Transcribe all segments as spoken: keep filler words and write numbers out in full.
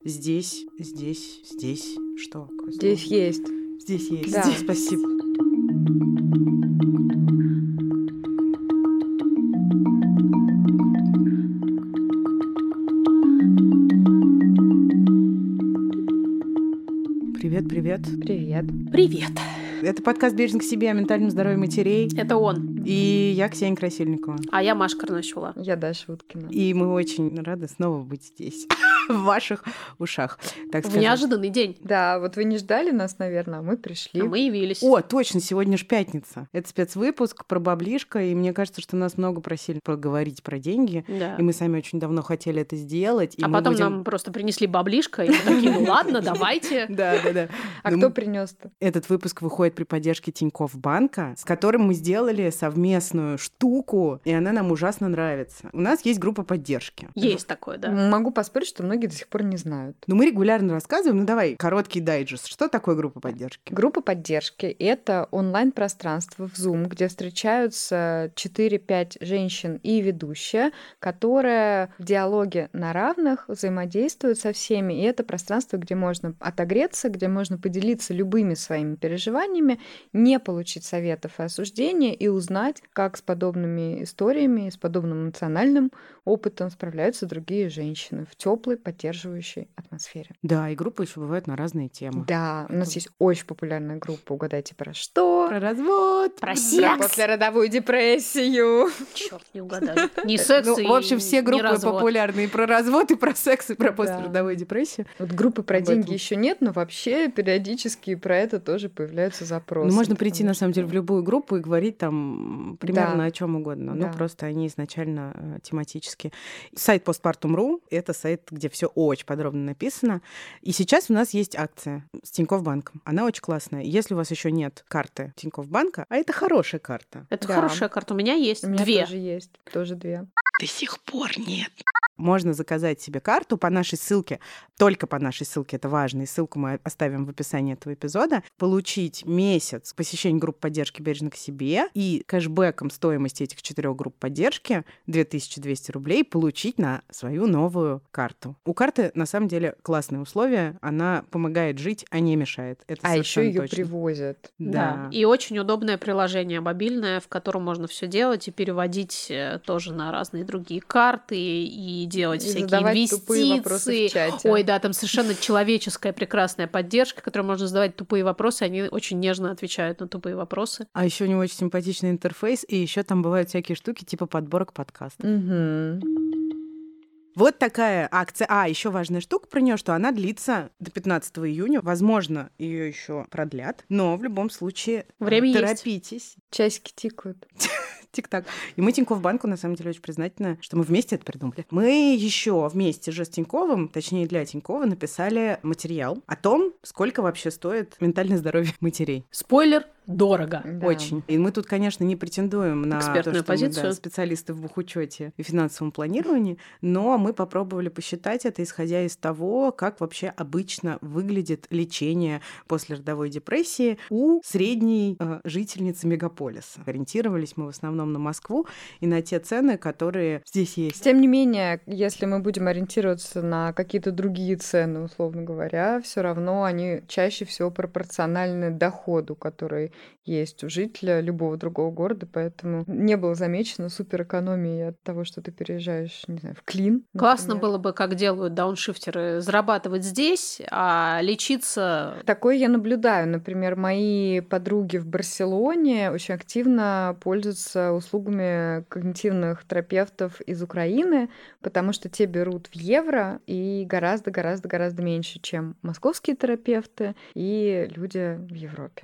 Здесь, здесь, здесь. Что? Здесь есть. Здесь есть. Да. Здесь, спасибо. Привет, привет. Привет. Привет. Это подкаст «Бережно к себе» о ментальном здоровье матерей. Это он. И я Ксения Красильникова. А я Маша Карнасюла. Я Даша Уткина. И мы очень рады снова быть здесь, в ваших ушах, так В сказать. неожиданный день. Да, вот вы не ждали нас, наверное, а мы пришли. А мы явились. О, точно, сегодня ж пятница. Это спецвыпуск про баблишко, и мне кажется, что нас много просили поговорить про деньги. Да. И мы сами очень давно хотели это сделать. И А мы потом будем... нам просто принесли баблишко, и мы такие, ну ладно, давайте. Да, да, да. А Ну, кто мы- принес-то? Этот выпуск выходит при поддержке Тинькофф банка, с которым мы сделали совместную штуку, и она нам ужасно нравится. У нас есть группа поддержки. Есть такое, да. Могу поспорить, что многие до сих пор не знают. Но мы регулярно рассказываем, ну давай, короткий дайджест. Что такое группа поддержки? Группа поддержки — это онлайн-пространство в Zoom, где встречаются четыре-пять женщин и ведущая, которые в диалоге на равных взаимодействуют со всеми. И это пространство, где можно отогреться, где можно поделиться любыми своими переживаниями, не получить советов и осуждения и узнать, как с подобными историями, с подобным эмоциональным опытом справляются другие женщины в теплой, поддерживающей атмосфере. Да, и группы еще бывают на разные темы. Да, у нас есть очень популярная группа «Угадайте про что?» Про развод. Про Про секс. послеродовую депрессию. Черт, не угадали. Не секс Ну, и в общем, все не группы развод. популярны и про развод, и про секс, и про Да. послеродовую депрессию. Вот группы про Об этом. деньги еще нет, но вообще периодически про это тоже появляются запросы. Ну, можно прийти, потому на самом что- деле, в любую группу и говорить там примерно Да. о чем угодно. Да. Ну, просто они изначально э, тематические. Сайт постпартум точка ру — это сайт, где все очень подробно написано. И сейчас у нас есть акция с Тинькофф банком. Она очень классная. Если у вас еще нет карты Тинькофф банка, а это хорошая карта. Это Да. хорошая карта. У меня есть У меня две. тоже есть, тоже две. До сих пор нет. Можно заказать себе карту по нашей ссылке, только по нашей ссылке, это важно, и ссылку мы оставим в описании этого эпизода, получить месяц посещения групп поддержки «Бережно к себе» и кэшбэком стоимости этих четырех групп поддержки две тысячи двести рублей получить на свою новую карту. У карты, на самом деле, классные условия, она помогает жить, а не мешает. Это А еще совершенно ее точно. привозят. Да. И очень удобное приложение мобильное, в котором можно все делать и переводить э, тоже на разные другие карты и делать И всякие задавать тупые вопросы в инвестиции. чате. Ой, да, там совершенно человеческая прекрасная поддержка, которой можно задавать тупые вопросы, они очень нежно отвечают на тупые вопросы. А еще у него очень симпатичный интерфейс, и еще там бывают всякие штуки типа подборок подкастов. Мгм. Вот такая акция. А, еще важная штука про нее, что она длится до пятнадцатого июня. Возможно, ее еще продлят, но в любом случае э, Время есть. торопитесь. Часики тикают. Тик-так. И мы Тинькофф банку, на самом деле, очень признательны, что мы вместе это придумали. Мы еще вместе же с Тиньковым, точнее для Тинькова, написали материал о том, сколько вообще стоит ментальное здоровье матерей. Спойлер, дорого. Да. Очень. И мы тут, конечно, не претендуем на Экспертную то, что мы, позицию. да, специалисты в бухучете и финансовом планировании, но мы попробовали посчитать это, исходя из того, как вообще обычно выглядит лечение после родовой депрессии у средней э, жительницы мегаполиса. Ориентировались мы в основном на Москву и на те цены, которые здесь есть. Тем не менее, если мы будем ориентироваться на какие-то другие цены, условно говоря, все равно они чаще всего пропорциональны доходу, который есть у жителя любого другого города, поэтому не было замечено суперэкономии от того, что ты переезжаешь, не знаю, в Клин. Классно например. было бы, как делают дауншифтеры, зарабатывать здесь, а лечиться... Такое я наблюдаю. Например, мои подруги в Барселоне очень активно пользуются услугами когнитивных терапевтов из Украины, потому что те берут в евро и гораздо-гораздо-гораздо меньше, чем московские терапевты и люди в Европе.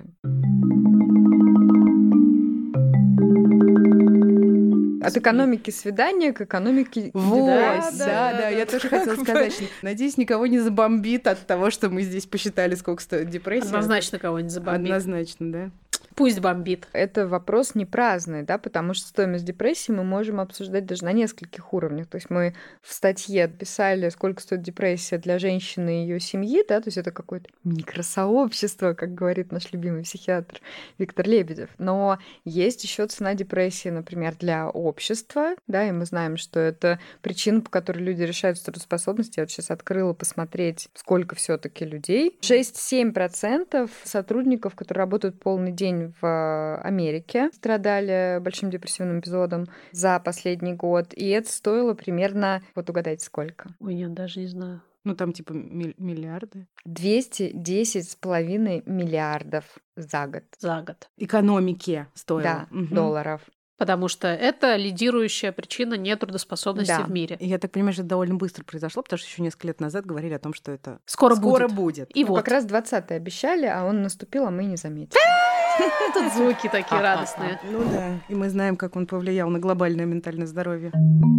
От экономики свидания к экономике Вот, депрессии. да, да, я тоже Как хотела бы. сказать. Надеюсь, никого не забомбит от того, что мы здесь посчитали, сколько стоит депрессия. Однозначно кого-нибудь забомбит. Однозначно, да. Пусть бомбит. Это вопрос не праздный, да, потому что стоимость депрессии мы можем обсуждать даже на нескольких уровнях. То есть мы в статье писали, сколько стоит депрессия для женщины и ее семьи, да, то есть это какое-то микросообщество, как говорит наш любимый психиатр Виктор Лебедев. Но есть еще цена депрессии, например, для общества, да, и мы знаем, что это причина, по которой люди решают трудоспособность. Я вот сейчас открыла посмотреть, сколько все-таки людей. шесть-семь процентов сотрудников, которые работают полный день в Америке, страдали большим депрессивным эпизодом за последний год. И это стоило примерно, вот угадайте, сколько? Ой, я даже не знаю. Ну, там типа миллиарды. двести десять с половиной миллиардов за год. За год. Экономики стоило. Да, угу. долларов. Потому что это лидирующая причина нетрудоспособности Да. в мире. И я так понимаю, что это довольно быстро произошло, потому что еще несколько лет назад говорили о том, что это Скоро, скоро будет. будет. И Ну, вот. как раз двадцатый обещали, а он наступил, а мы не заметили. Тут звуки такие радостные. Ну да, и мы знаем, как он повлиял на глобальное ментальное здоровье.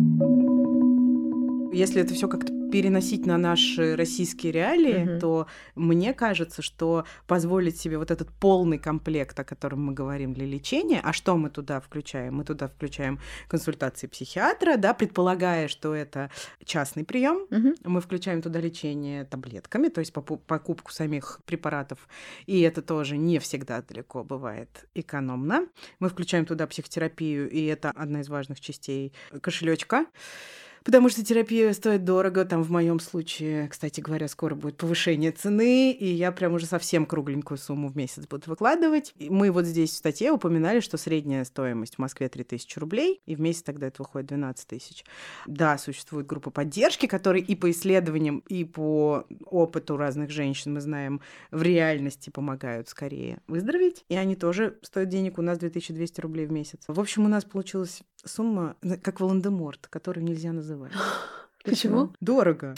Если это все как-то переносить на наши российские реалии, Мгм. то мне кажется, что позволить себе вот этот полный комплект, о котором мы говорим для лечения, а что мы туда включаем? Мы туда включаем консультации психиатра, да, предполагая, что это частный прием. Мгм. Мы включаем туда лечение таблетками, то есть попу- покупку самих препаратов, и это тоже не всегда далеко бывает экономно. Мы включаем туда психотерапию, и это одна из важных частей кошелечка. Потому что терапия стоит дорого. Там в моем случае, кстати говоря, скоро будет повышение цены, и я прям уже совсем кругленькую сумму в месяц буду выкладывать. И мы вот здесь в статье упоминали, что средняя стоимость в Москве три тысячи рублей, и в месяц тогда это выходит двенадцать тысяч. Да, существует группа поддержки, которые и по исследованиям, и по опыту разных женщин, мы знаем, в реальности помогают скорее выздороветь, и они тоже стоят денег, у нас две тысячи двести рублей в месяц. В общем, у нас получилась сумма, как Волан-де-Морт, которую нельзя называть. Почему? Дорого.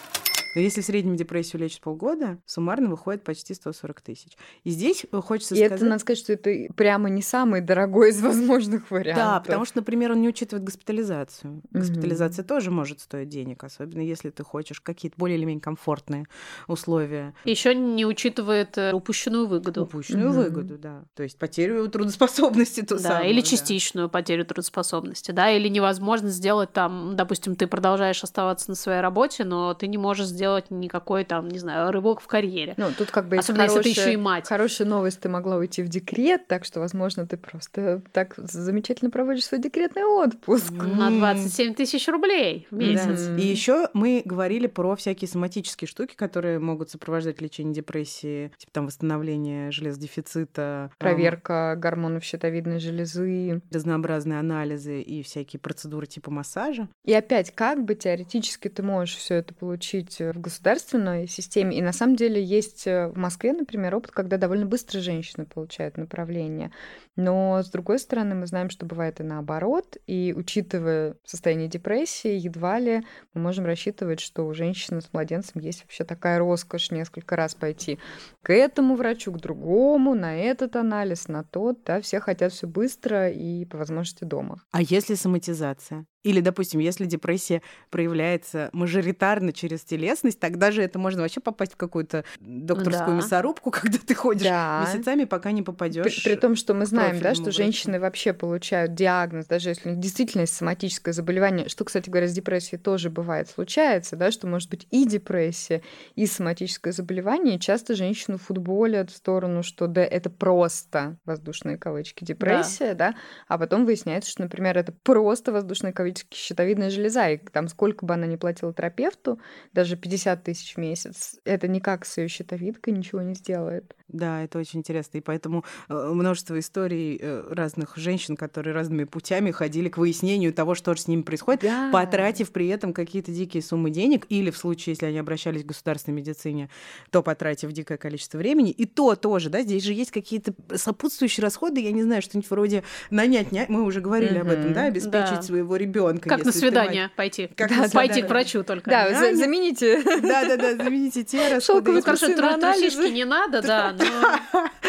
Но если в среднем депрессию лечат полгода, суммарно выходит почти сто сорок тысяч. И здесь хочется И сказать... это, надо сказать, что это прямо не самый дорогой из возможных вариантов. Да, потому что, например, он не учитывает госпитализацию. Мгм. Госпитализация тоже может стоить денег, особенно если ты хочешь какие-то более или менее комфортные условия. Еще не учитывает э, упущенную выгоду. Упущенную Мгм. выгоду, да. То есть потерю трудоспособности ту Да, самую, или да. частичную потерю трудоспособности, да, или невозможность сделать там, допустим, ты продолжаешь оставаться на своей работе, но ты не можешь сделать никакой там, не знаю, рывок в карьере. Ну, тут как бы есть Особенно, если ты хорошая- еще и мать. Хорошая новость, ты могла уйти в декрет, так что, возможно, ты просто так замечательно проводишь свой декретный отпуск. На двадцать семь тысяч рублей в месяц. Да. И еще мы говорили про всякие соматические штуки, которые могут сопровождать лечение депрессии, типа там восстановление железодефицита, Проверка гормонов щитовидной железы. разнообразные анализы и всякие процедуры типа массажа. И опять, как бы теоретически ты можешь все это получить в государственной системе. И на самом деле есть в Москве, например, опыт, когда довольно быстро женщины получают направление. Но, с другой стороны, мы знаем, что бывает и наоборот. И учитывая состояние депрессии, едва ли мы можем рассчитывать, что у женщины с младенцем есть вообще такая роскошь несколько раз пойти к этому врачу, к другому, на этот анализ, на тот. Да, все хотят все быстро и по возможности дома. А если соматизация? Или, допустим, если депрессия проявляется мажоритарно через телесность, тогда же это можно вообще попасть в какую-то докторскую Да. мясорубку, когда ты ходишь Да. месяцами, пока не попадешь. При, при том, что мы знаем, да, профильному что врачу. женщины вообще получают диагноз, даже если у них действительно есть соматическое заболевание, что, кстати говоря, с депрессией тоже бывает, случается, да, что может быть и депрессия, и соматическое заболевание. И часто женщину футболят в сторону, что да, это просто воздушные кавычки депрессия, да, а потом выясняется, что, например, это просто воздушные кавычки щитовидная железа, и там сколько бы она ни платила терапевту, даже пятьдесят тысяч в месяц, это никак с ее щитовидкой ничего не сделает. Да, это очень интересно. И поэтому э, множество историй э, разных женщин, которые разными путями ходили к выяснению того, что же с ними происходит, Да. потратив при этом какие-то дикие суммы денег, или в случае, если они обращались к государственной медицине, то потратив дикое количество времени. И то тоже, да, здесь же есть какие-то сопутствующие расходы, я не знаю, что-нибудь вроде нанять, нянь, мы уже говорили об этом, Мгм. да, обеспечить Да. своего ребенка. Как на свидание пойти. Как на Пойти свидание. к врачу только. Да, няня. за- замените. Да-да-да, замените те расходы. Шелковый Ну, эти хорошо, Курсы на тру- анализы. трусишки не надо, да, но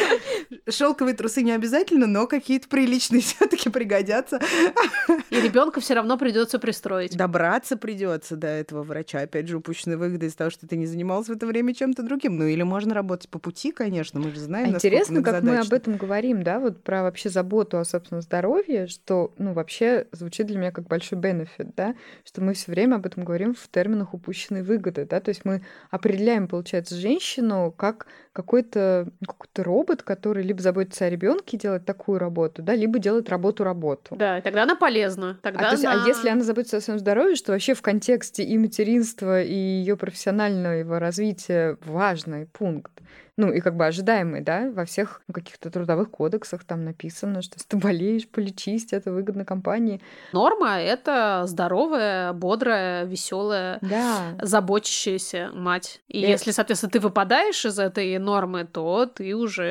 Шелковые трусы не обязательно, но какие-то приличные все-таки пригодятся. И ребенка все равно придется пристроить. Добраться придется до этого врача. Опять же, упущенные выгоды из того, что ты не занимался в это время чем-то другим. Ну или можно работать по пути, конечно, мы же знаем, а интересно, как мы задачно. об этом говорим, да, вот про вообще заботу о собственном здоровье, что, ну, вообще звучит для меня как большой бенефит, да, что мы все время об этом говорим в терминах упущенной выгоды, да, то есть мы определяем, получается, женщину как какой-то, какой-то робот, который либо заботится о ребенке, делает такую работу, да, либо делает работу-работу. Да, и тогда она полезна. Тогда а, то есть, она... а если она заботится о своем здоровье, что вообще в контексте и материнства, и ее профессионального развития важный пункт. Ну, и как бы ожидаемый, да, во всех ну, каких-то трудовых кодексах там написано, что если ты болеешь, полечись, это выгодно компании. Норма — это здоровая, бодрая, веселая, да. заботящаяся мать. И Я... если, соответственно, ты выпадаешь из этой нормы, то ты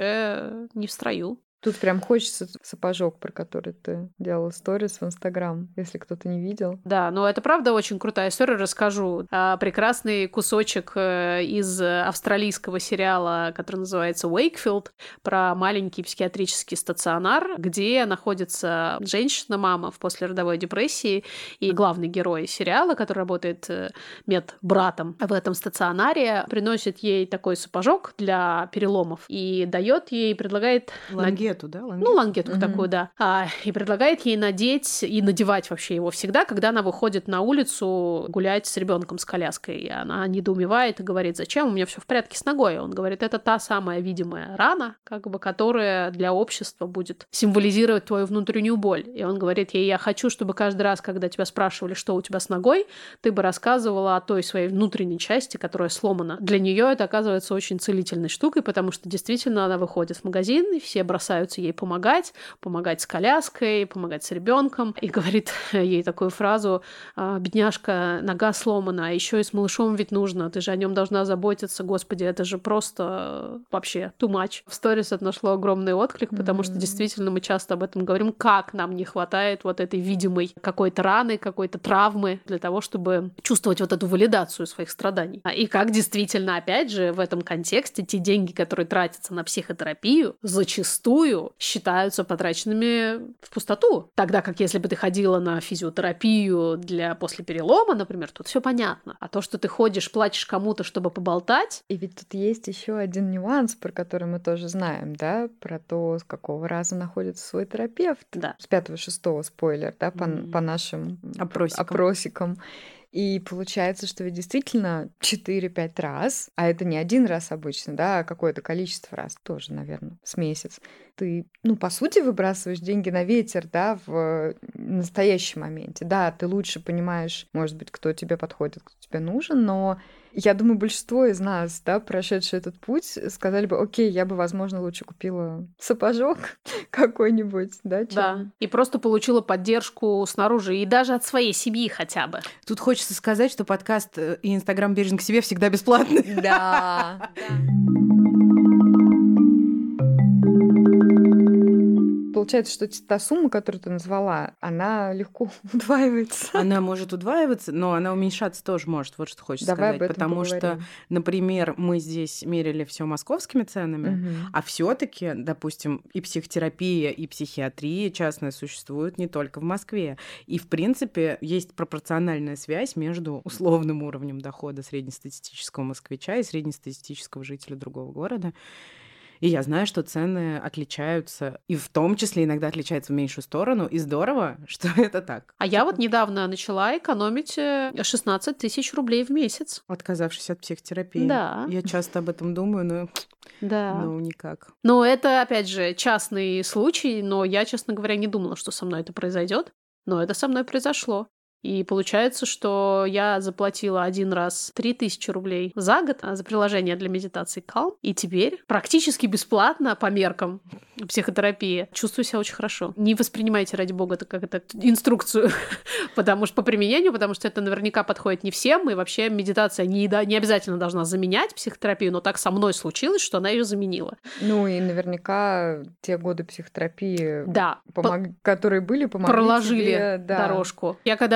уже не в строю. Тут прям хочется сапожок, про который ты делала сторис в Инстаграм, если кто-то не видел. Да, но это правда очень крутая история, расскажу. А, прекрасный кусочек из австралийского сериала, который называется «Уэйкфилд», про маленький психиатрический стационар, где находится женщина-мама в послеродовой депрессии, и главный герой сериала, который работает медбратом в этом стационаре, приносит ей такой сапожок для переломов и дает ей, предлагает... Лангету. Да, лангетку. Ну, лангетку mm-hmm. такую, да. А, и предлагает ей надеть и надевать вообще его всегда, когда она выходит на улицу гулять с ребенком с коляской. И она недоумевает и говорит: зачем? У меня все в порядке с ногой. Он говорит: это та самая видимая рана, как бы, которая для общества будет символизировать твою внутреннюю боль. И он говорит ей: я хочу, чтобы каждый раз, когда тебя спрашивали, что у тебя с ногой, ты бы рассказывала о той своей внутренней части, которая сломана. Для нее это оказывается очень целительной штукой, потому что действительно она выходит в магазин, и все бросают ей помогать, помогать с коляской, помогать с ребенком. И говорит ей такую фразу: бедняжка, нога сломана, а еще и с малышом ведь нужно, ты же о нем должна заботиться, господи, это же просто вообще too much. В сторис это нашло огромный отклик, потому mm-hmm. что действительно мы часто об этом говорим, как нам не хватает вот этой видимой какой-то раны, какой-то травмы для того, чтобы чувствовать вот эту валидацию своих страданий. И как действительно, опять же, в этом контексте те деньги, которые тратятся на психотерапию, зачастую считаются потраченными в пустоту. Тогда как если бы ты ходила на физиотерапию для после перелома, например, тут все понятно. А то, что ты ходишь, платишь кому-то, чтобы поболтать... И ведь тут есть еще один нюанс, про который мы тоже знаем, да, про то, с какого раза находится свой терапевт. Да. С пятого-шестого, спойлер, да, по, mm. по нашим опросикам. опросикам. И получается, что ведь действительно четыре-пять раз, а это не один раз обычно, да, а какое-то количество раз, тоже, наверное, с месяц, ты, ну, по сути, выбрасываешь деньги на ветер, да, в настоящем моменте. Да, ты лучше понимаешь, может быть, кто тебе подходит, кто тебе нужен, но я думаю, большинство из нас, да, прошедшие этот путь, сказали бы: окей, я бы, возможно, лучше купила сапожок какой-нибудь, да, чем... Да, и просто получила поддержку снаружи, и даже от своей семьи хотя бы. Тут хочется сказать, что подкаст и Инстаграм «Бережно к себе» всегда бесплатны. Да. Получается, что та сумма, которую ты назвала, она легко удваивается. Она может удваиваться, но она уменьшаться тоже может. Вот что хочется Давай сказать. об этом Потому поговорим. что, например, мы здесь мерили все московскими ценами, угу. а все-таки, допустим, и психотерапия, и психиатрия частная существуют не только в Москве. И, в принципе, есть пропорциональная связь между условным уровнем дохода среднестатистического москвича и среднестатистического жителя другого города. И я знаю, что цены отличаются, и в том числе иногда отличаются в меньшую сторону, и здорово, что это так. А я вот недавно начала экономить шестнадцать тысяч рублей в месяц. Отказавшись от психотерапии. Да. Я часто об этом думаю, но... Да. Ну, никак. Но это, опять же, частный случай, но я, честно говоря, не думала, что со мной это произойдет. Но это со мной произошло. И получается, что я заплатила один раз три тысячи рублей за год за приложение для медитации Calm. И теперь практически бесплатно по меркам психотерапии чувствую себя очень хорошо. Не воспринимайте, ради бога, это как это инструкцию потому что по применению, потому что это наверняка подходит не всем. И вообще медитация не, не обязательно должна заменять психотерапию, но так со мной случилось, что она ее заменила. Ну и наверняка те годы психотерапии, да, помог... по... которые были, помогли проложили тебе, да. дорожку. Я когда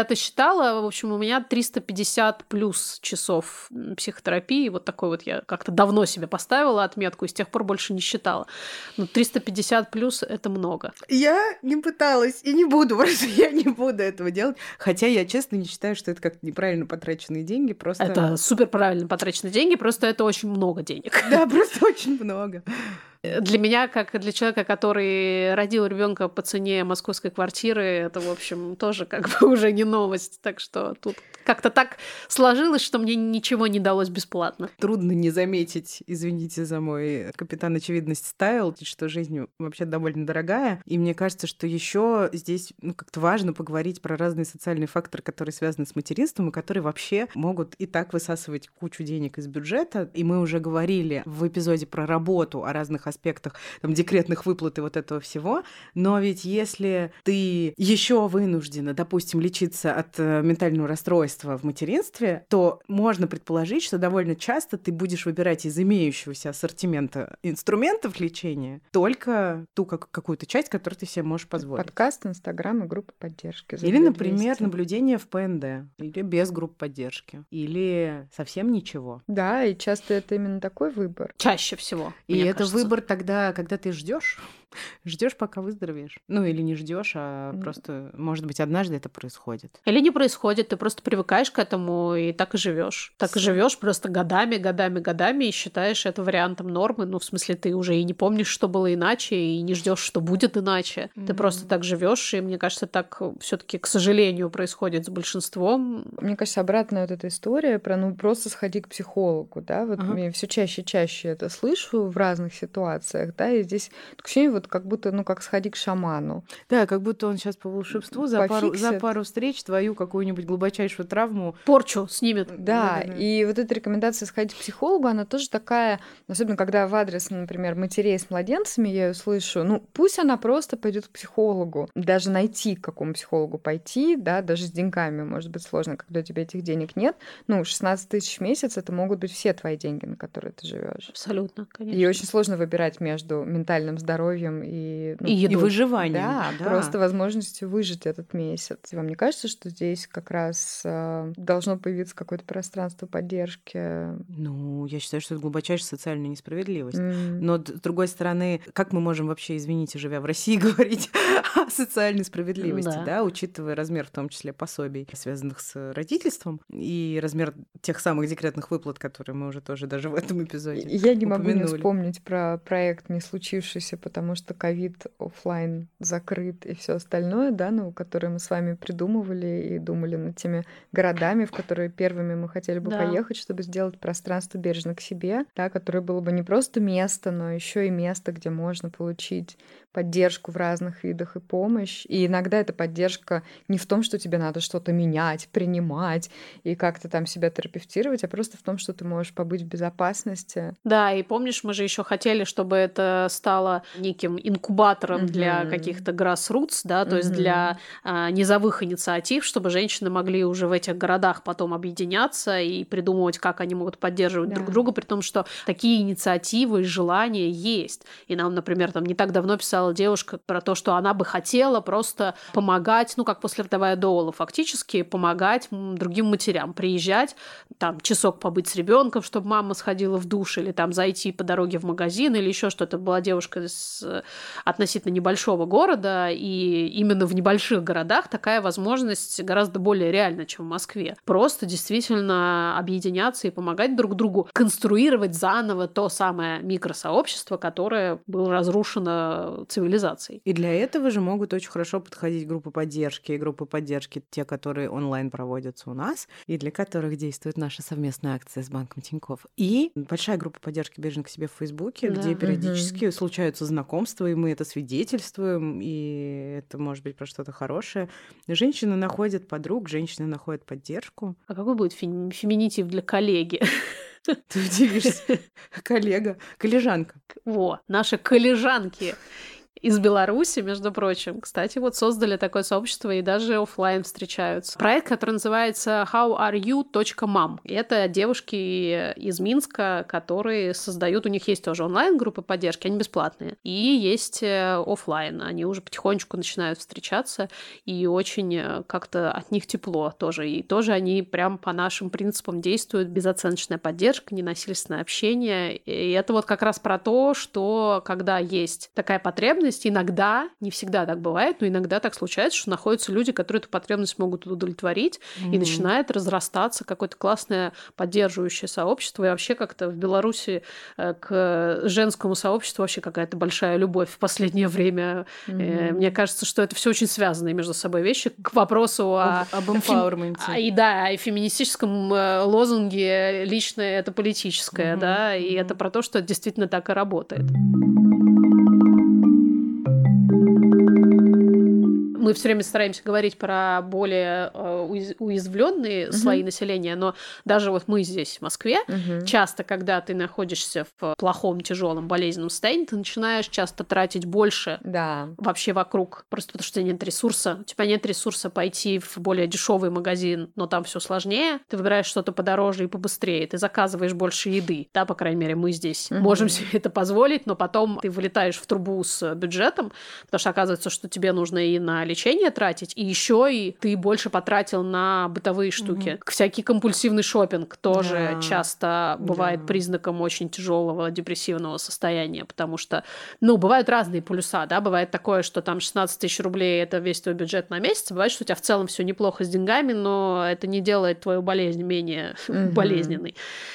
когда-то считала, в общем, у меня триста пятьдесят плюс часов психотерапии. Вот такой вот я как-то давно себе поставила отметку, и с тех пор больше не считала. Но триста пятьдесят плюс — это много. Я не пыталась и не буду, просто я не буду этого делать. Хотя я, честно, не считаю, что это как-то неправильно потраченные деньги. Просто... Это супер правильно потраченные деньги, просто это очень много денег. Да, просто очень много. Для меня, как для человека, который родил ребенка по цене московской квартиры, это, в общем, тоже как бы уже не новость. Так что тут как-то так сложилось, что мне ничего не далось бесплатно. Трудно не заметить, извините за мой капитан очевидность стайл, что жизнь вообще довольно дорогая. И мне кажется, что еще здесь ну, как-то важно поговорить про разные социальные факторы, которые связаны с материнством, и которые вообще могут и так высасывать кучу денег из бюджета. И мы уже говорили в эпизоде про работу о разных аспектах там, декретных выплат и вот этого всего. Но ведь если ты еще вынуждена, допустим, лечиться от э, ментального расстройства в материнстве, то можно предположить, что довольно часто ты будешь выбирать из имеющегося ассортимента инструментов лечения только ту как, какую-то часть, которую ты себе можешь позволить. Подкаст, Инстаграм и группа поддержки. Или, например, наблюдение в пэ эн дэ, или без групп поддержки, или совсем ничего. Да, и часто это именно такой выбор. Чаще всего. И это кажется. выбор тогда, когда ты ждешь, ждешь, пока выздоровеешь. Ну, или не ждешь, а mm. просто, может быть, однажды это происходит. Или не происходит, ты просто привыкаешь к этому и так и живешь. Так и живешь просто годами, годами, годами и считаешь это вариантом нормы. Ну, в смысле, ты уже и не помнишь, что было иначе, и не ждешь, что будет иначе. Mm. Ты просто так живешь, и мне кажется, так все-таки, к сожалению, происходит с большинством. Мне кажется, обратная вот эта история про ну просто сходи к психологу, да, вот uh-huh. я все чаще и чаще это слышу в разных ситуациях, да, и здесь ощущение вот как будто, ну, как сходи к шаману. Да, как будто он сейчас по волшебству за пару, за пару встреч твою какую-нибудь глубочайшую травму... Порчу снимет. Да, да, да, и вот эта рекомендация сходить к психологу, она тоже такая, особенно когда в адрес, например, матерей с младенцами я ее слышу, ну, пусть она просто пойдет к психологу. Даже найти, к какому психологу пойти, да, даже с деньгами может быть сложно, когда у тебя этих денег нет. Ну, шестнадцать тысяч в месяц — это могут быть все твои деньги, на которые ты живешь. Абсолютно, конечно. И очень сложно выбирать между ментальным здоровьем и... Ну, и, и выживанием. Да, да, просто возможностью выжить этот месяц. Вам не кажется, что здесь как раз э, должно появиться какое-то пространство поддержки? Ну, я считаю, что это глубочайшая социальная несправедливость. Mm. Но, с другой стороны, как мы можем вообще, извините, живя в России, говорить о социальной справедливости, да. да, учитывая размер, в том числе, пособий, связанных с родительством, и размер тех самых декретных выплат, которые мы уже тоже даже в этом эпизоде Я не упомянули. могу не вспомнить про проект не случившийся, потому что ковид офлайн закрыт и все остальное, да, ну, которые мы с вами придумывали и думали над теми городами, в которые первыми мы хотели бы да. поехать, чтобы сделать пространство бережно к себе, да, которое было бы не просто место, но еще и место, где можно получить поддержку в разных видах и помощь. И иногда эта поддержка не в том, что тебе надо что-то менять, принимать и как-то там себя терапевтировать, а просто в том, что ты можешь побыть в безопасности. Да, и помнишь, мы же еще хотели, чтобы это стало неким инкубатором mm-hmm. для каких-то grassroots, да, то mm-hmm. есть для а, низовых инициатив, чтобы женщины могли уже в этих городах потом объединяться и придумывать, как они могут поддерживать да. друг друга, при том, что такие инициативы и желания есть. И нам, например, там не так давно писала девушка про то, что она бы хотела просто помогать, ну, как послеродовая доула, фактически помогать другим матерям, приезжать, там, часок побыть с ребенком, чтобы мама сходила в душ, или там зайти по дороге в магазин, или еще что-то. Была девушка из относительно небольшого города, и именно в небольших городах такая возможность гораздо более реальна, чем в Москве. Просто действительно объединяться и помогать друг другу, конструировать заново то самое микросообщество, которое было разрушено цивилизацией. И для этого же могут очень хорошо подходить группы поддержки, и группы поддержки те, которые онлайн проводятся у нас, и для которых действует наша совместная акция с банком Тинькофф. И большая группа поддержки «Бережно к себе» в Фейсбуке, да. где периодически угу. случаются знакомства, и мы это свидетельствуем, и это может быть про что-то хорошее. Женщины находят подруг, женщины находят поддержку. А какой будет фем- феминитив для коллеги? Ты удивишься. Коллега, коллежанка. Во, наши коллежанки. из Беларуси, между прочим, кстати, вот создали такое сообщество и даже офлайн встречаются. Проект, который называется how are you точка mom. Это девушки из Минска, которые создают, у них есть тоже онлайн-группы поддержки, они бесплатные, и есть офлайн. Они уже потихонечку начинают встречаться, и очень как-то от них тепло тоже. И тоже они прям по нашим принципам действуют. Безоценочная поддержка, ненасильственное общение. И это вот как раз про то, что когда есть такая потребность, иногда, не всегда так бывает, но иногда так случается, что находятся люди, которые эту потребность могут удовлетворить, mm-hmm. и начинает разрастаться какое-то классное поддерживающее сообщество. И вообще как-то в Беларуси к женскому сообществу вообще какая-то большая любовь в последнее время. Mm-hmm. Мне кажется, что это все очень связанные между собой вещи. К вопросу о... об эмпауэрменте. Фем... И да, и феминистическом лозунге личное — это политическое, mm-hmm. да, и mm-hmm. это про то, что это действительно так и работает. Мы все время стараемся говорить про более уяз- уязвленные uh-huh. слои населения, но даже вот мы здесь, в Москве, uh-huh. часто, когда ты находишься в плохом, тяжелом, болезненном состоянии, ты начинаешь часто тратить больше да. вообще вокруг, просто потому что нет ресурса. У тебя нет ресурса пойти в более дешевый магазин, но там все сложнее. Ты выбираешь что-то подороже и побыстрее. Ты заказываешь больше еды. Да, по крайней мере, мы здесь uh-huh. можем себе это позволить, но потом ты вылетаешь в трубу с бюджетом, потому что оказывается, что тебе нужно и на лечение тратить, и еще и ты больше потратил на бытовые штуки. Mm-hmm. Всякий компульсивный шопинг тоже yeah. часто бывает yeah. признаком очень тяжелого депрессивного состояния, потому что, ну, бывают разные полюса, да, бывает такое, что там шестнадцать тысяч рублей — это весь твой бюджет на месяц, бывает, что у тебя в целом все неплохо с деньгами, но это не делает твою болезнь менее mm-hmm. болезненной.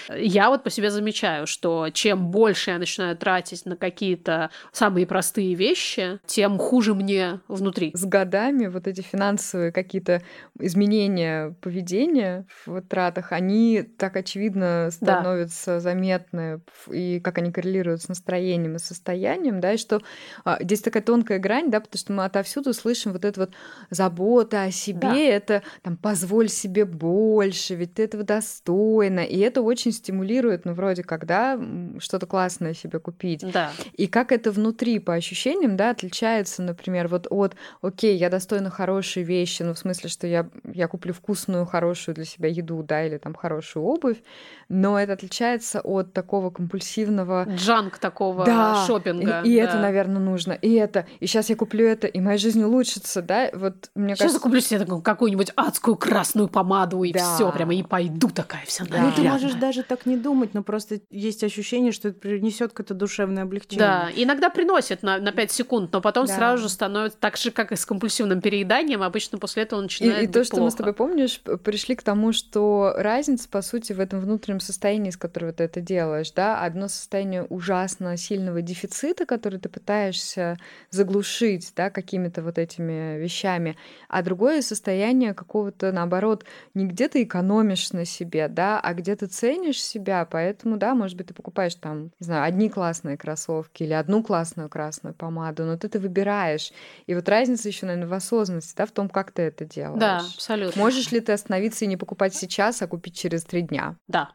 Я вот по себе замечаю, что чем больше я начинаю тратить на какие-то самые простые вещи, тем хуже мне внутри. С годами вот эти финансовые какие-то изменения поведения в тратах, они так очевидно становятся да. заметны, и как они коррелируют с настроением и состоянием, да, и что а, здесь такая тонкая грань, да, потому что мы отовсюду слышим вот это вот забота о себе, да. это там позволь себе больше, ведь ты этого достойна, и это очень стимулирует, ну, вроде как, да, что-то классное себе купить. Да. И как это внутри по ощущениям, да, отличается, например, вот от окей, я достойна хорошие вещи, ну, в смысле, что я, я куплю вкусную, хорошую для себя еду, да, или там хорошую обувь, но это отличается от такого компульсивного... Джанк такого да, шопинга. И, и да. это, наверное, нужно, и это, и сейчас я куплю это, и моя жизнь улучшится, да, вот мне сейчас кажется... я куплю себе такую, какую-нибудь адскую красную помаду, и да. все прямо, и пойду такая вся да. Ну, ты можешь даже так не думать, но просто есть ощущение, что это принесет какое-то душевное облегчение. Да, иногда приносит на, на пять секунд, но потом да. сразу же становится так же, как и с компульсивным перееданием, обычно после этого начинает и, и быть то, что плохо. Мы с тобой, помнишь, пришли к тому, что разница, по сути, в этом внутреннем состоянии, с которого ты это делаешь, да, одно состояние ужасно сильного дефицита, который ты пытаешься заглушить, да, какими-то вот этими вещами, а другое состояние какого-то, наоборот, не где ты экономишь на себе, да, а где ты ценишь себя, поэтому, да, может быть, ты покупаешь там, не знаю, одни классные кроссовки или одну классную красную помаду, но ты это выбираешь. И вот разница еще, наверное, в осознанности, да, в том, как ты это делаешь. Да, абсолютно. Можешь ли ты остановиться и не покупать сейчас, а купить через три дня? Да.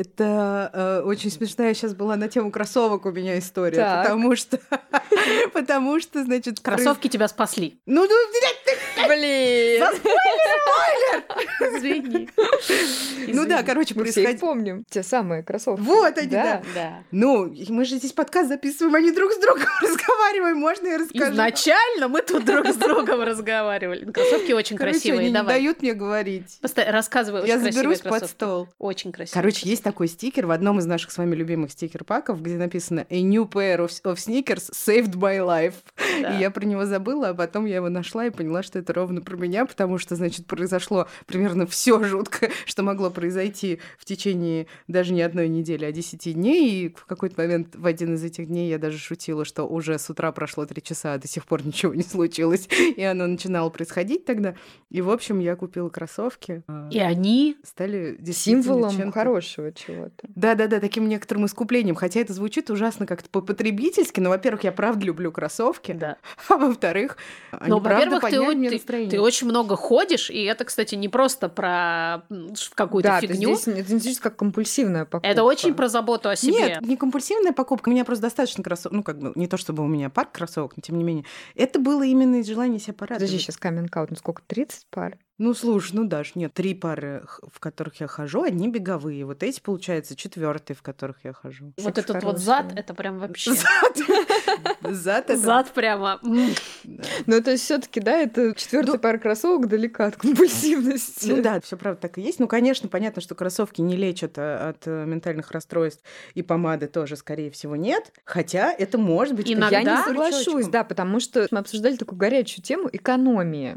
Это э, очень смешная сейчас была на тему кроссовок у меня история, так. потому что, потому что, значит... Кроссовки тебя спасли. Ну, ну, блин! Спойлер! Извини. Ну да, короче, происходит... Мы все их помним, те самые кроссовки. Вот они, да. да. Ну, мы же здесь подкаст записываем, а не друг с другом разговариваем, можно я расскажу? Изначально мы тут друг с другом разговаривали. Кроссовки очень Короче, красивые, они давай. не дают мне говорить. Просто рассказывай, очень я красивые заберусь кроссовки. под стол. Очень красивые. Короче, кроссовки. есть такой стикер в одном из наших с вами любимых стикер-паков, где написано «A new pair of, of sneakers saved my life». Да. И я про него забыла, а потом я его нашла и поняла, что это ровно про меня, потому что, значит, произошло примерно все жуткое, что могло произойти в течение даже не одной недели, а десяти дней. И в какой-то момент в один из этих дней я даже шутила, что уже с утра прошло три часа, а до сих пор ничего не случилось. И оно начинало происходить тогда. И, в общем, я купила кроссовки. И они стали символом чем-то... хорошего чего-то. Да-да-да, таким некоторым искуплением. Хотя это звучит ужасно как-то по-потребительски, но, во-первых, я правда люблю кроссовки, да. а во-вторых, они но, правда во-первых, подняли ты, мне ты ты очень много ходишь, и это, кстати, не просто про какую-то да, фигню. Здесь, это не звучит как компульсивная покупка. Это очень про заботу о себе. Нет, не компульсивная покупка. У меня просто достаточно кроссовок. Ну, как бы, не то чтобы у меня пар кроссовок, но тем не менее. Это было именно из желания себя порадовать. Подожди, сейчас каминг-аут. Ну сколько? тридцать пар? Ну, слушай, ну, Даш, нет, три пары, в которых я хожу, одни беговые. Вот эти, получается, четвертые, в которых я хожу. Вот этот вот зад, это прям вообще... Зад? Зад прямо... Ну, то есть все таки да, это четвертая пара кроссовок далека от компульсивности. Ну да, все правда так и есть. Ну, конечно, понятно, что кроссовки не лечат от ментальных расстройств, и помады тоже, скорее всего, нет. Хотя это может быть... Иногда... Я не соглашусь, да, потому что мы обсуждали такую горячую тему экономии.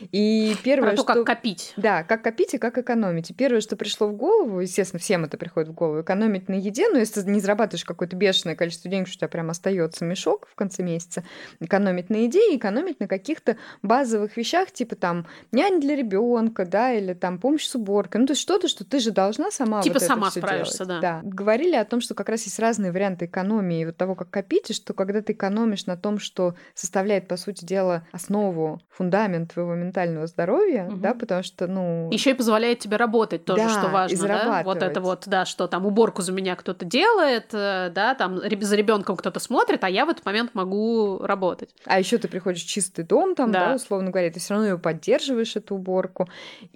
И первое, Про то, что... как копить. Да, как копить и как экономить. И первое, что пришло в голову, естественно, всем это приходит в голову, экономить на еде, но если ты не зарабатываешь какое-то бешеное количество денег, что у тебя прям остается мешок в конце месяца, экономить на еде и экономить на каких-то базовых вещах, типа там нянь для ребенка, да, или там помощь с уборкой. Ну, то есть что-то, что ты же должна сама Типа вот это сама всё справишься, делать. да. Да. Говорили о том, что как раз есть разные варианты экономии и вот того, как копить, и что когда ты экономишь на том, что составляет, по сути дела, основу, фундамент твоего ментального здоровья, Мгм. да, потому что, ну... Еще и позволяет тебе работать тоже, Да, что и важно, да? Вот зарабатывать. это вот, да, что там уборку за меня кто-то делает, э, да, там реб- за ребенком кто-то смотрит, а я в этот момент могу работать. А еще ты приходишь в чистый дом, там, да. Да. условно говоря, ты все равно ее поддерживаешь, эту уборку.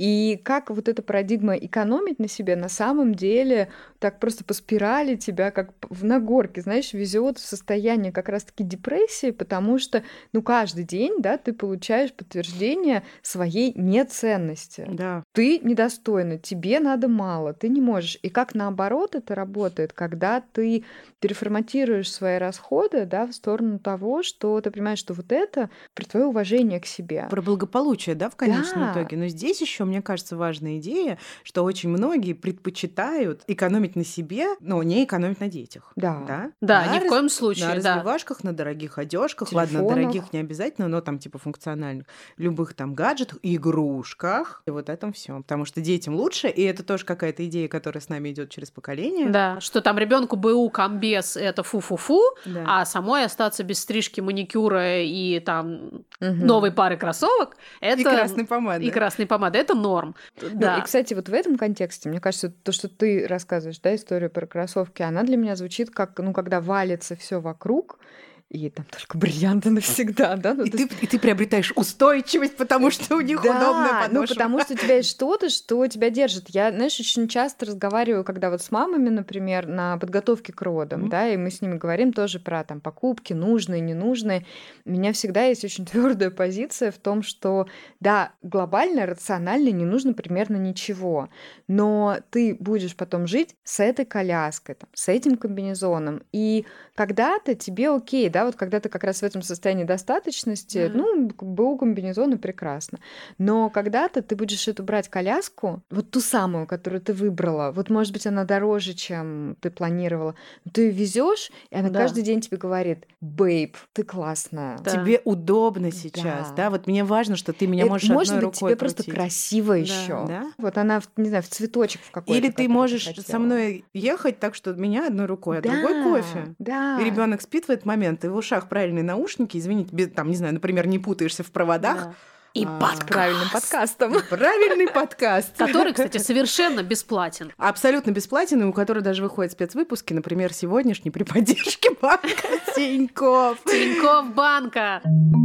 И как вот эта парадигма экономить на себе на самом деле так просто по спирали тебя, как п- в- на горке, знаешь, везет в состояние как раз-таки депрессии, потому что, ну, каждый день, да, ты получаешь подтверждение своей неценности. Да. Ты недостойна, тебе надо мало, ты не можешь. И как наоборот это работает, когда ты переформатируешь свои расходы, да, в сторону того, что ты понимаешь, что вот это про твое уважение к себе. Про благополучие, да, в конечном Да. итоге. Но здесь еще, мне кажется, важная идея, что очень многие предпочитают экономить на себе, но не экономить на детях. Да. Да, Да, На ни в раз- коем На случае, да. развивашках, на дорогих одежках, ладно, Телефонах. дорогих не обязательно, но там типа функциональных, любых там гаджетах, игрушках, и вот этом все, потому что детям лучше, и это тоже какая-то идея, которая с нами идет через поколение. Да, что там ребенку БУ, комбез, это фу-фу-фу, Да. а самой остаться без стрижки, маникюра и там Мгм. новой пары кроссовок, это... И красной помады. И красной помады, это норм. Ну, Да. и, кстати, вот в этом контексте, мне кажется, то, что ты рассказываешь, да, историю про кроссовки, она для меня звучит как, ну, когда валится все вокруг, и там только бриллианты навсегда, да? Ну, И то ты, и ты приобретаешь устойчивость, потому что у них удобная Да, ну подошва. потому что у тебя есть что-то, что тебя держит. Я, знаешь, очень часто разговариваю, когда вот с мамами, например, на подготовке к родам, Мгм. да, и мы с ними говорим тоже про там покупки, нужные, ненужные. У меня всегда есть очень твердая позиция в том, что да, глобально, рационально не нужно примерно ничего, но ты будешь потом жить с этой коляской, там, с этим комбинезоном, и когда-то тебе окей, да, вот когда ты как раз в этом состоянии достаточности, Мгм. ну, БУ комбинезоны прекрасно. Но когда-то ты будешь эту брать коляску, вот ту самую, которую ты выбрала, вот, может быть, она дороже, чем ты планировала, но ты ее везешь, и она Да. каждый день тебе говорит: бейб, ты классная. Да. Тебе удобно сейчас, Да. да? Вот мне важно, что ты меня Это можешь может одной быть, рукой тебе просто крутить. красиво Да. еще. Да? Вот она, в- не знаю, в цветочек в какой-то. Или ты который можешь хотела. со мной ехать так, что меня одной рукой, а другой Да, кофе. Да. И ребенок спит в этот момент, и в ушах правильные наушники, извините, без- там, не знаю, например, не путаешься в проводах. Да. И А, подкаст, Правильным подкастом. Правильный подкаст. который, кстати, совершенно бесплатен. Абсолютно бесплатен, и у которого даже выходят спецвыпуски, например, сегодняшний при поддержке банка Тинькофф. Тинькофф банка.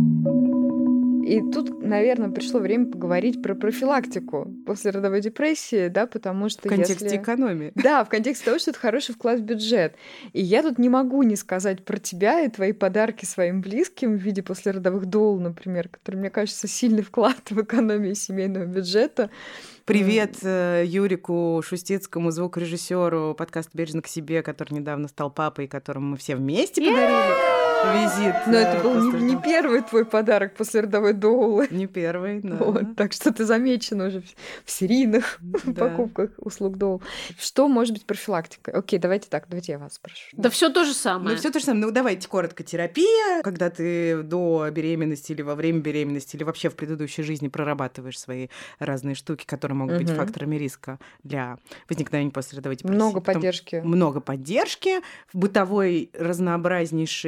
И тут, наверное, пришло время поговорить про профилактику послеродовой депрессии, да, потому что В контексте если... экономии. Да, в контексте того, что это хороший вклад в бюджет. И я тут не могу не сказать про тебя и твои подарки своим близким в виде послеродовых дол, например, которые, мне кажется, сильный вклад в экономию семейного бюджета. Привет э, Юрику Шустицкому, звукорежиссеру подкаста «Бережно к себе», который недавно стал папой, которому мы все вместе подарили визит. Но э, это был не, после- не первый твой подарок послеродовой долы. Не первый, да. Вот, так что ты замечена уже в, в серийных Да. покупках услуг дол. Что может быть профилактикой? Окей, давайте так, давайте я вас спрошу. Да все то же самое. Ну, все то же самое. Ну, давайте коротко. Терапия, когда ты до беременности или во время беременности, или вообще в предыдущей жизни прорабатываешь свои разные штуки, которые могут быть Мгм. факторами риска для возникновения послеродовой депрессии. Много Потом поддержки. Много поддержки, бытовой разнообразнейший, когда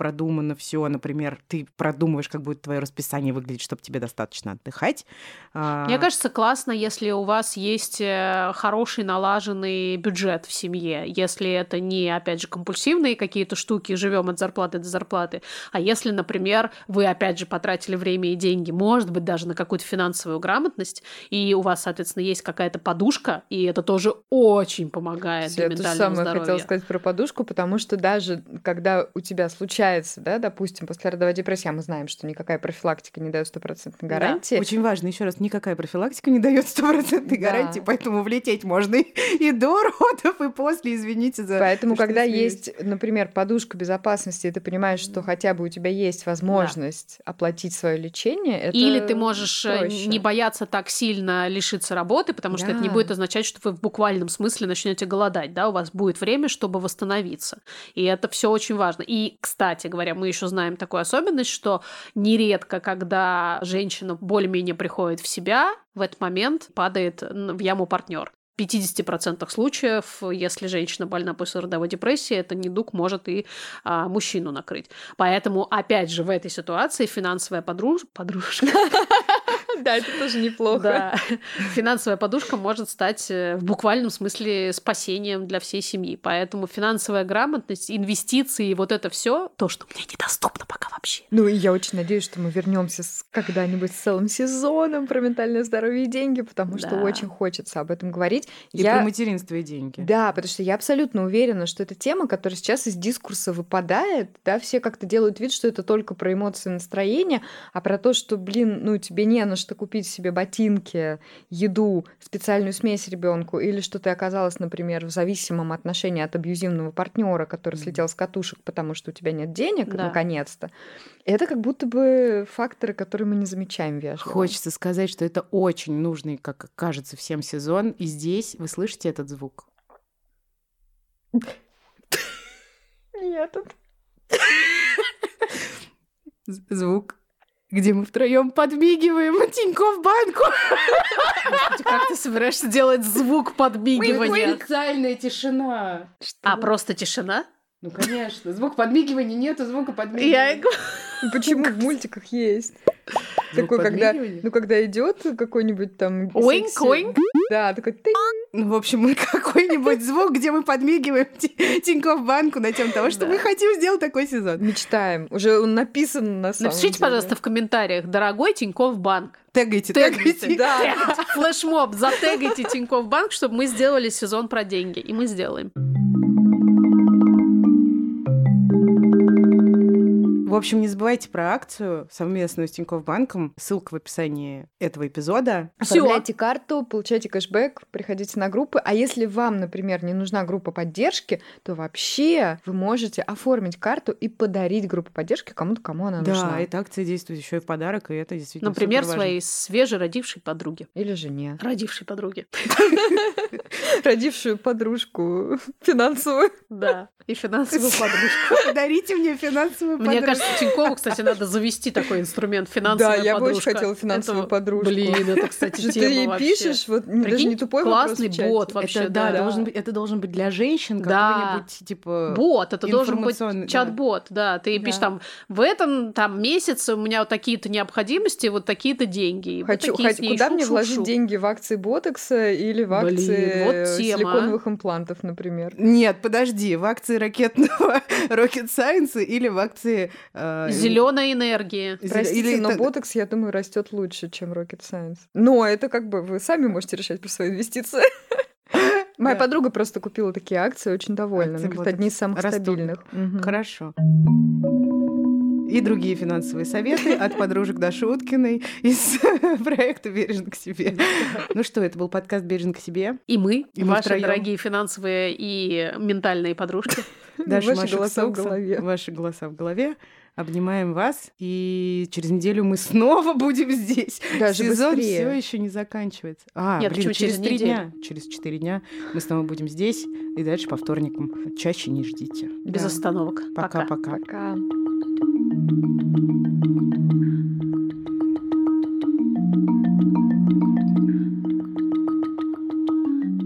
продумано все. Например, ты продумываешь, как будет твое расписание выглядеть, чтобы тебе достаточно отдыхать. Мне кажется, классно, если у вас есть хороший налаженный бюджет в семье, если это не, опять же, компульсивные какие-то штуки, живем от зарплаты до зарплаты, а если, например, вы, опять же, потратили время и деньги, может быть, даже на какую-то финансовую грамотность, и у вас, соответственно, есть какая-то подушка, и это тоже очень помогает для ментального здоровья. Я то самое хотела сказать про подушку, потому что даже когда у тебя случается, да, допустим, послеродовая депрессия, мы знаем, что никакая профилактика не дает стопроцентной гарантии. Да. Очень важно, еще раз, никакая профилактика не дает стопроцентной да. гарантии, поэтому влететь можно и до родов, и после, извините за... Поэтому, то, когда есть, например, подушка безопасности, и ты понимаешь, что хотя бы у тебя есть возможность да. оплатить свое лечение, это Или ты можешь проще. Не бояться так сильно лишиться работы, потому да. что это не будет означать, что вы в буквальном смысле начнете голодать, да, у вас будет время, чтобы восстановиться. И это все очень важно. И, кстати говоря, мы еще знаем такую особенность, что нередко, когда женщина более-менее приходит в себя, в этот момент падает в яму партнер. В пятидесяти процентах случаев, если женщина больна послеродовой депрессией, это недуг может и а, мужчину накрыть. Поэтому, опять же, в этой ситуации финансовая подруж... подружка... Да, это тоже неплохо. Да. Финансовая подушка может стать в буквальном смысле спасением для всей семьи. Поэтому финансовая грамотность, инвестиции, вот это все, то, что мне недоступно пока вообще. Ну и я очень надеюсь, что мы вернемся когда-нибудь с целым сезоном про ментальное здоровье и деньги, потому что да. очень хочется об этом говорить. И я... про материнство и деньги. Да, потому что я абсолютно уверена, что это тема, которая сейчас из дискурса выпадает. Да, все как-то делают вид, что это только про эмоции и настроение, а про то, что, блин, ну тебе не на что купить себе ботинки, еду, специальную смесь ребенку, или что ты оказалась, например, в зависимом отношении от абьюзивного партнера, который mm-hmm. слетел с катушек, потому что у тебя нет денег, да. наконец-то. Это как будто бы факторы, которые мы не замечаем вежливо. Хочется сказать, что это очень нужный, как кажется, всем сезон. И здесь вы слышите этот звук? Нет. Звук, где мы втроем подмигиваем Тинькофф банку. Господи, как ты собираешься делать звук подмигивания? Специальная тишина. А, просто тишина? Ну, конечно. Звук подмигивания нету, звука подмигивания. Я... Почему в мультиках есть? Такой, когда, ну, когда идет какой-нибудь там... Оинк, оинк. Да, такой... Ну, в общем, какой-нибудь звук, где мы подмигиваем Тинькофф банку на тему того, что мы хотим сделать такой сезон. Мечтаем. Уже он написан на самом деле. Напишите, пожалуйста, в комментариях, дорогой Тинькофф банк. Тегайте, тегайте. Да. Флешмоб, затегайте Тинькофф банк, чтобы мы сделали сезон про деньги. И мы сделаем. В общем, не забывайте про акцию совместную с Тинькофф банком. Ссылка в описании этого эпизода. Оформляйте карту, получайте кэшбэк, приходите на группы. А если вам, например, не нужна группа поддержки, то вообще вы можете оформить карту и подарить группу поддержки кому-то, кому она да, нужна. Да, эта акция действует еще и в подарок, и это действительно например, своей свежеродившей подруге. Или жене. Родившей подруге. Родившую подружку финансовую. Да, и финансовую подружку. Подарите мне финансовую подружку. Мне кажется, Тинькову, кстати, надо завести такой инструмент финансовая подружка. Да, я бы подружка. очень хотела финансовую это... подружку. Блин, это, кстати, что тема ты ей вообще. пишешь, вот Прикинь, даже не тупой классный вопрос бот вообще. Это, да, да. Должен быть, это должен быть для женщин да. какой-нибудь, типа, бот, это должен быть да. чат-бот, да. Ты да. пишешь там, в этом там месяце у меня вот такие-то необходимости, вот такие-то деньги. Хочу, вот хочу, куда шук, мне шук, вложить шук. деньги? В акции ботокса или в Блин, акции вот тема. силиконовых имплантов, например? Нет, подожди, в акции ракетного Rocket Science или в акции... Э, зеленой энергии. Простите, или но это... ботокс, я думаю, растет лучше, чем Rocket Science. Но это как бы вы сами можете решать про свои инвестиции. Моя да. подруга просто купила такие акции, очень довольна. Она говорит, одни из самых растут. Стабильных. Угу. Хорошо. И другие финансовые советы от подружек Даши Уткиной из проекта «Бережно к себе». Ну что, это был подкаст «Бережно к себе». И мы, и ваши втроём. Дорогие финансовые и ментальные подружки. Даша, ваши голоса в голове. Ваши голоса в голове. Обнимаем вас, и через неделю мы снова будем здесь. Даже сезон быстрее. Все еще не заканчивается. А, Нет, блин, через три дня. Через четыре дня мы снова будем здесь, и дальше по вторникам. Чаще не ждите. Без да. остановок. Пока-пока. Пока.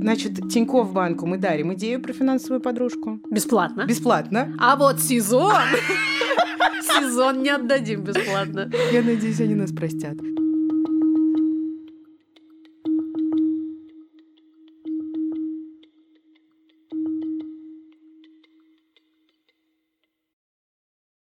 Значит, Тинькофф банку мы дарим идею про финансовую подружку. Бесплатно. Бесплатно. А вот сезон... Сезон не отдадим бесплатно. Я надеюсь, они нас простят.